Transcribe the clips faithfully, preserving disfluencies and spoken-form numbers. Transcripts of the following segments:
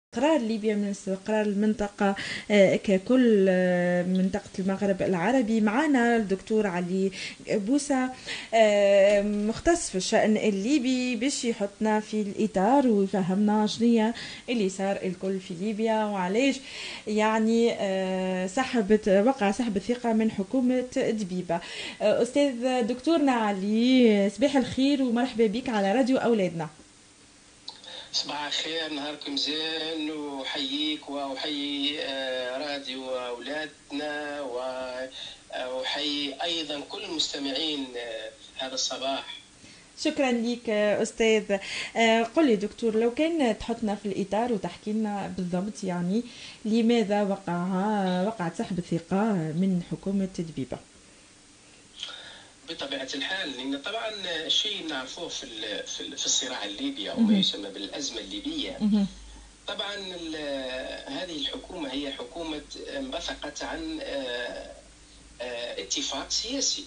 استقرار ليبيا من استقرار المنطقة آه، ككل، آه، منطقة المغرب العربي. معنا الدكتور علي بوسة، آه، مختص في الشأن الليبي، باش يحطنا في الإطار ويفهمنا شنية اللي صار الكل في ليبيا وعلاش يعني آه، سحبت وقع سحب الثقة من حكومة دبيبة. آه، أستاذ دكتورنا علي، صباح الخير ومرحبا بك على راديو أولادنا. صباح الخير، نهاركم زين، وحييك وأحيي آه، راديو أولادنا، وأحيي أيضا كل المستمعين آه، هذا الصباح. شكرا لك أستاذ. آه، قل لي دكتور، لو كان تحطنا في الإطار وتحكي لنا بالضبط يعني لماذا وقع وقعت سحب الثقة من حكومة دبيبة. بطبيعة الحال، لأن طبعا الشيء نعرفوه في في في الصراع الليبي أو ما يسمى بالأزمة الليبية. طبعا هذه الحكومة هي حكومة انبثقت عن آه، آه، اتفاق سياسي،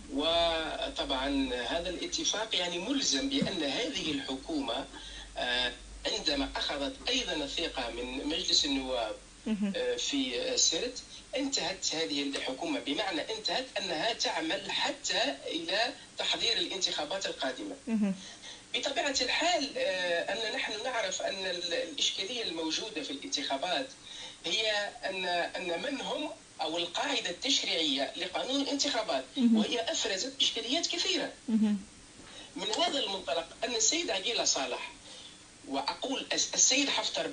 وطبعا هذا الاتفاق يعني ملزم بأن هذه الحكومة آه، عندما أخذت أيضا الثقة من مجلس النواب آه، في سرت، انتهت هذه الحكومة، بمعنى انتهت أنها تعمل حتى إلى تحضير الانتخابات القادمة. بطبيعة الحال آه، أن نحن نعرف أن الإشكالية الموجودة في الانتخابات هي أن أن من هم أو القاعدة التشريعية لقانون الانتخابات، وهي أفرزت إشكاليات كثيرة. من هذا المنطلق أن السيد عقيلة صالح، وأقول السيد حفتر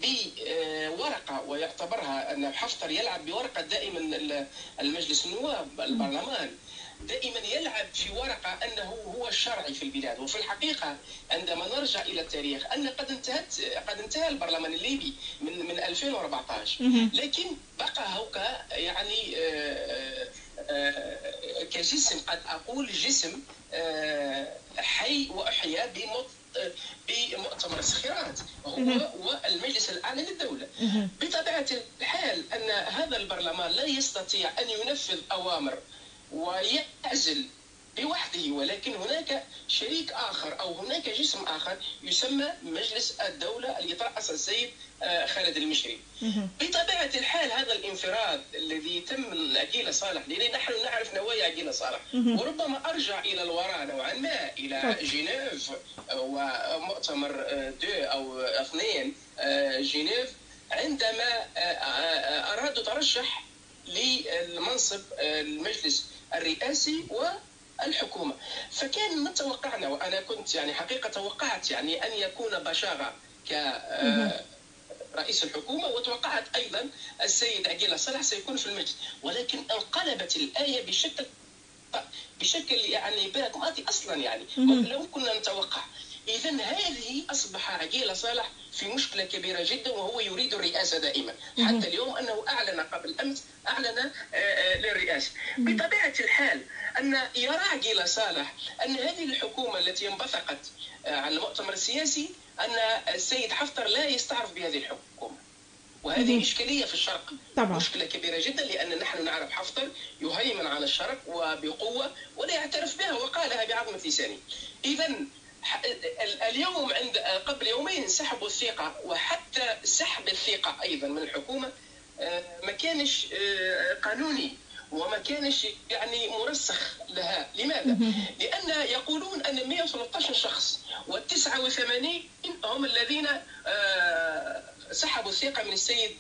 بورقة، ويعتبرها أن حفتر يلعب بورقة دائما المجلس النواب البرلمان، دائما يلعب في ورقة أنه هو الشرعي في البلاد. وفي الحقيقة عندما نرجع إلى التاريخ أن قد انتهت قد انتهى البرلمان الليبي من من ألفين وأربعة عشر، لكن بقى هوكا يعني آآ آآ كجسم، قد أقول جسم حي وأحيا بمط بمؤتمر السخيرات، وهو المجلس الأعلى للدولة. بطبيعة الحال أن هذا البرلمان لا يستطيع أن ينفذ أوامر ويعزل بوحده، ولكن هناك شريك آخر أو هناك جسم آخر يسمى مجلس الدولة اللي يترأس السيد خالد المشري. بطبيعة الحال هذا الانفراد الذي تم من عقيلة صالح، لأن نحن نعرف نوايا عقيلة صالح، وربما أرجع إلى الوراء نوعا ما إلى جنيف ومؤتمر دو أو اثنين جنيف، عندما أرادوا ترشح للمنصب المجلس الرئاسي والحكومة. فكان ما توقعنا، وأنا كنت يعني حقيقة توقعت يعني أن يكون بشاغة كرئيس الحكومة، وتوقعت أيضا السيد عقيلة صالح سيكون في المجلس، ولكن انقلبت الآية بشكل بشكل يعني براغماتي أصلا، يعني لو كنا نتوقع. إذن هذه أصبح عقيلة صالح في مشكلة كبيرة جدا، وهو يريد الرئاسة دائما، حتى اليوم أنه أعلن قبل أمس أعلن للرئاسة. بطبيعة الحال أن يرى عقيلة صالح أن هذه الحكومة التي انبثقت عن المؤتمر السياسي، أن السيد حفتر لا يستعرف بهذه الحكومة، وهذه إشكالية في الشرق طبعا. مشكلة كبيرة جدا، لأن نحن نعرف حفتر يهيمن على الشرق وبقوة ولا يعترف بها، وقالها بعظمة لسانه. إذن اليوم عند قبل يومين سحبوا الثقة، وحتى سحب الثقة أيضا من الحكومة ما كانش قانوني وما كانش يعني مرسخ لها. لماذا؟ لأن يقولون أن مئة وثلاثة عشر شخص والتسعة وثمانين هم الذين سحبوا الثقة من السيد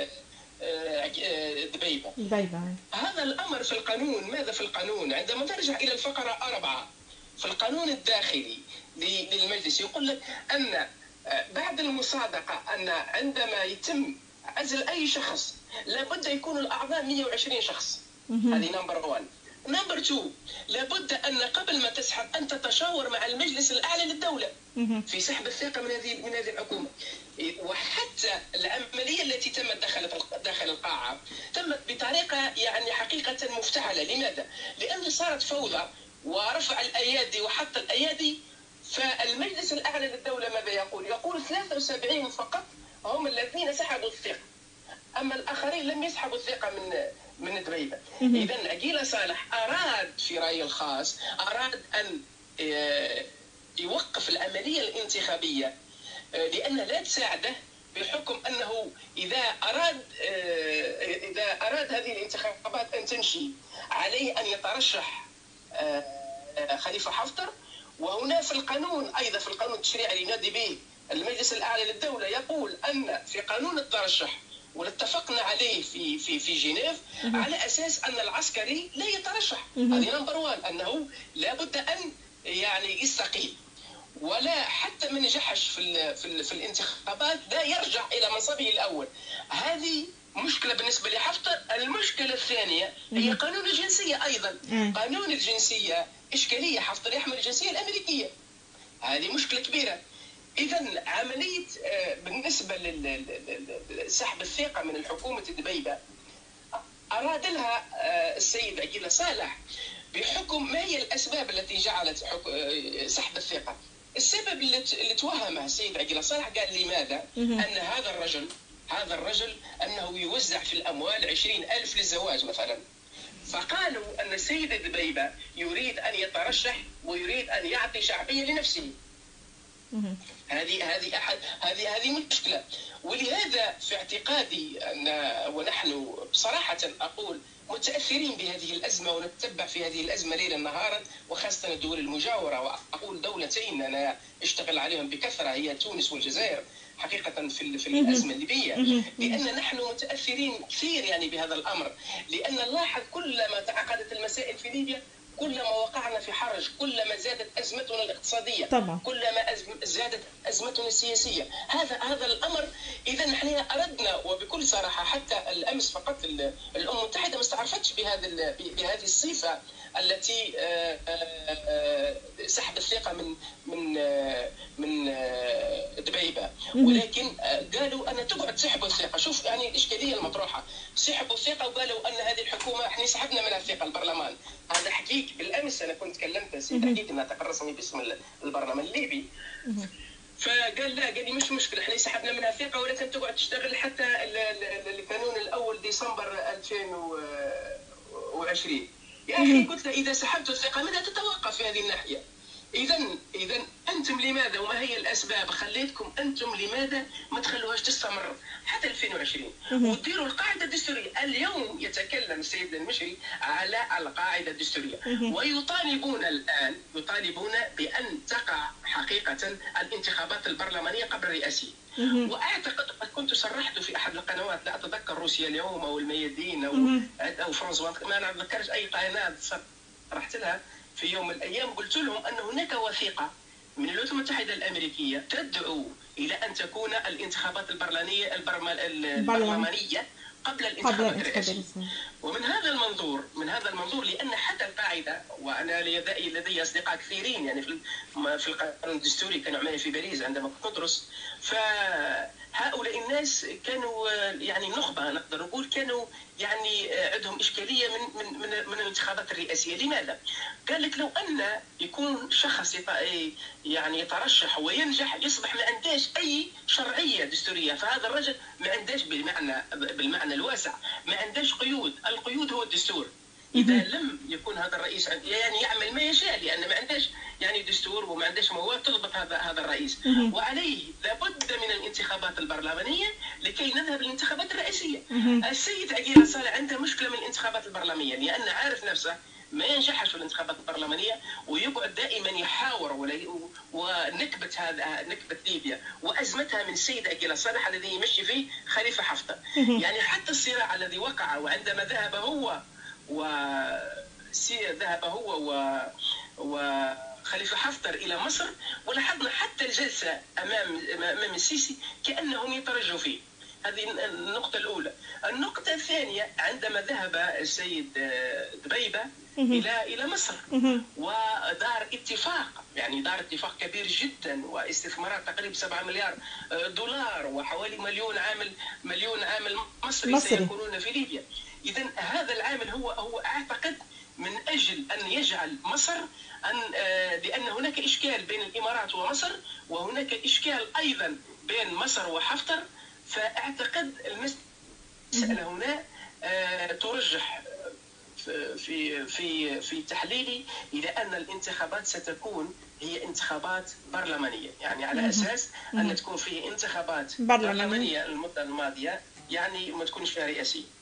دبيبة. هذا الأمر في القانون. ماذا في القانون؟ عندما نرجع إلى الفقرة أربعة في القانون الداخلي للمجلس، يقول لك أن بعد المصادقة أن عندما يتم عزل أي شخص لابد يكون الأعضاء مئة وعشرين شخص. هذه نمبر واحد. نمبر اثنين، لابد أن قبل ما تسحب أن تتشاور مع المجلس الأعلى للدولة في سحب الثقة من هذه من هذه الحكومة. وحتى العملية التي تمت داخل داخل القاعة تمت بطريقة يعني حقيقة مفتعلة. لماذا؟ لأن صارت فوضى ورفع الأيادي وحط الأيادي. فالمجلس الأعلى للدولة ماذا يقول؟ يقول ثلاثة وسبعين فقط هم الذين سحبوا الثقة، أما الآخرين لم يسحبوا الثقة من من دبيبة. إذن عقيلة صالح أراد في رأيي الخاص أراد أن يوقف العملية الانتخابية، لأن لا تساعده بحكم أنه إذا أراد إذا أراد هذه الانتخابات أن تمشي عليه أن يترشح خليفة حفتر. وهنا في القانون أيضا، في القانون التشريعي اللي ينادي به المجلس الأعلى للدولة، يقول أن في قانون الترشح واللي اتفقنا عليه في في في جنيف على أساس أن العسكري لا يترشح. هذه نمبر وان، أنه لابد أن يعني يستقيل، ولا حتى من نجحش في ال في, ال في الانتخابات لا يرجع إلى منصبه الأول. هذه مشكلة بالنسبة لحفتر. المشكلة الثانية هي قانون الجنسية أيضا. قانون الجنسية إشكالية، حفتر يحمل الجنسية الأمريكية، هذه مشكلة كبيرة. إذا عملية بالنسبة لسحب الثقة من الحكومة دبيبة أراد لها السيد عقيلة صالح بحكم ما هي الأسباب التي جعلت سحب الثقة. السبب اللي توهمه السيد عقيلة صالح، قال لماذا؟ أن هذا الرجل هذا الرجل أنه يوزع في الأموال عشرين ألف للزواج مثلا. فقالوا أن السيد دبيبة يريد أن يترشح ويريد أن يعطي شعبية لنفسه. هذه هذه أحد هذه هذه مشكلة. ولهذا في اعتقادي أن، ونحن بصراحة أقول متأثرين بهذه الأزمة ونتبع في هذه الأزمة ليلا نهارا، وخاصة الدول المجاورة، وأقول دولتين أنا أشتغل عليهم بكثرة هي تونس والجزائر حقيقة في في الأزمة الليبية، لأن نحن متأثرين كثير يعني بهذا الأمر. لأن نلاحظ كلما تعقدت المسائل في ليبيا كلما وقعنا في حرج، كلما زادت أزمتنا الاقتصادية طبعا. كلما زادت أزمتنا السياسية. هذا هذا الأمر. إذا نحن أردنا وبكل صراحة، حتى الأمس فقط الأمم المتحدة ما استعرفتش بهذا بهذه الصفة التي سحب الثقة من من من دبيبة، ولكن قالوا أن تقعد تسحبوا الثقة. شوف يعني الإشكالية المطروحة، سحبوا الثقة وقالوا أن هذه الحكومة احنا سحبنا منها الثقة البرلمان. هذا حقيقي. بالأمس أنا كنت كلمت سيد حقيقي أنها تقرصني باسم البرلمان الليبي، فقال لا، قال لي مش مشكلة احنا سحبنا منها الثقة ولكن تقعد تشتغل حتى القانون الأول ديسمبر ألفين وعشرين. يا أخي قلت له إذا سحبت الثقة منها تتوقف في هذه الناحية. إذا إذا أنتم لماذا، وما هي الأسباب خليتكم أنتم لماذا ما تخلوهاش تستمر حتى ألفين وعشرين وتديروا القاعدة الدستورية؟ اليوم يتكلم السيد المشري على القاعدة الدستورية، ويطالبون الآن يطالبون بأن تقع حقيقة الانتخابات البرلمانية قبل الرئاسية. وأعتقد قد كنت صرحت في أحد القنوات، لا أتذكر روسيا اليوم أو الميادين أو أو فرنسا، ما أتذكرش أي قناة صرحت لها في يوم من الأيام، قلت لهم أن هناك وثيقة من الولايات المتحدة الأمريكية تدعو إلى أن تكون الانتخابات البرلمانية البرلمانية قبل الانتخابات الرئاسية. ومن هذا المنظور من هذا المنظور لأن حتى القاعدة، وأنا لدي لدي أصدقاء كثيرين يعني في في القانون الدستوري كانوا معي في باريس عندما كنت أدرس، فهؤلاء الناس كانوا يعني نخبة نقدر نقول، كانوا يعني عندهم إشكالية من من من, من الانتخابات الرئاسية. لماذا؟ قال لك لو أن يكون شخص يعني يترشح وينجح يصبح ما عندهاش أي شرعية دستورية، فهذا الرجل ما عندهاش بالمعنى بالمعنى الواسع ما عندهاش قيود. القيود هو الدستور. إذا لم يكون هذا الرئيس يعني يعمل ما يشاء، لأن ما عندهاش يعني دستور وما عندهش مواد تضبط هذا هذا الرئيس، وعليه لابد من الانتخابات البرلمانية لكي نذهب للانتخابات الرئاسية. السيد عقيلة صالح عنده مشكلة من الانتخابات البرلمانية، لأن عارف نفسه ما ينجحش في الانتخابات البرلمانية، ويقعد دائما يحاور ونكبة هذا نكبة ليبيا وأزمتها من السيد عقيلة صالح الذي يمشي فيه خليفة حفتر. يعني حتى الصراع الذي وقع وعندما ذهب هو و ذهب هو و وخليفة حفتر إلى مصر، ولاحظنا حتى الجلسة أمام أمام السيسي كأنهم يترجوا فيه. هذه النقطة الأولى. النقطة الثانية عندما ذهب السيد دبيبة إلى إلى مصر ودار اتفاق، يعني دار اتفاق كبير جدا واستثمارات تقريبا سبعة مليار دولار وحوالي مليون عامل مليون عامل مصري, مصري. سيكونون في ليبيا. إذا هذا العامل هو هو أعتقد من أجل أن يجعل مصر أن لأن هناك إشكال بين الإمارات ومصر، وهناك إشكال أيضا بين مصر وحفتر. فأعتقد المسألة هنا ترجح في في في تحليلي الى ان الانتخابات ستكون هي انتخابات برلمانيه، يعني على اساس ان تكون فيه انتخابات برلمانيه المده الماضيه، يعني ما تكونش فيها رئاسيه.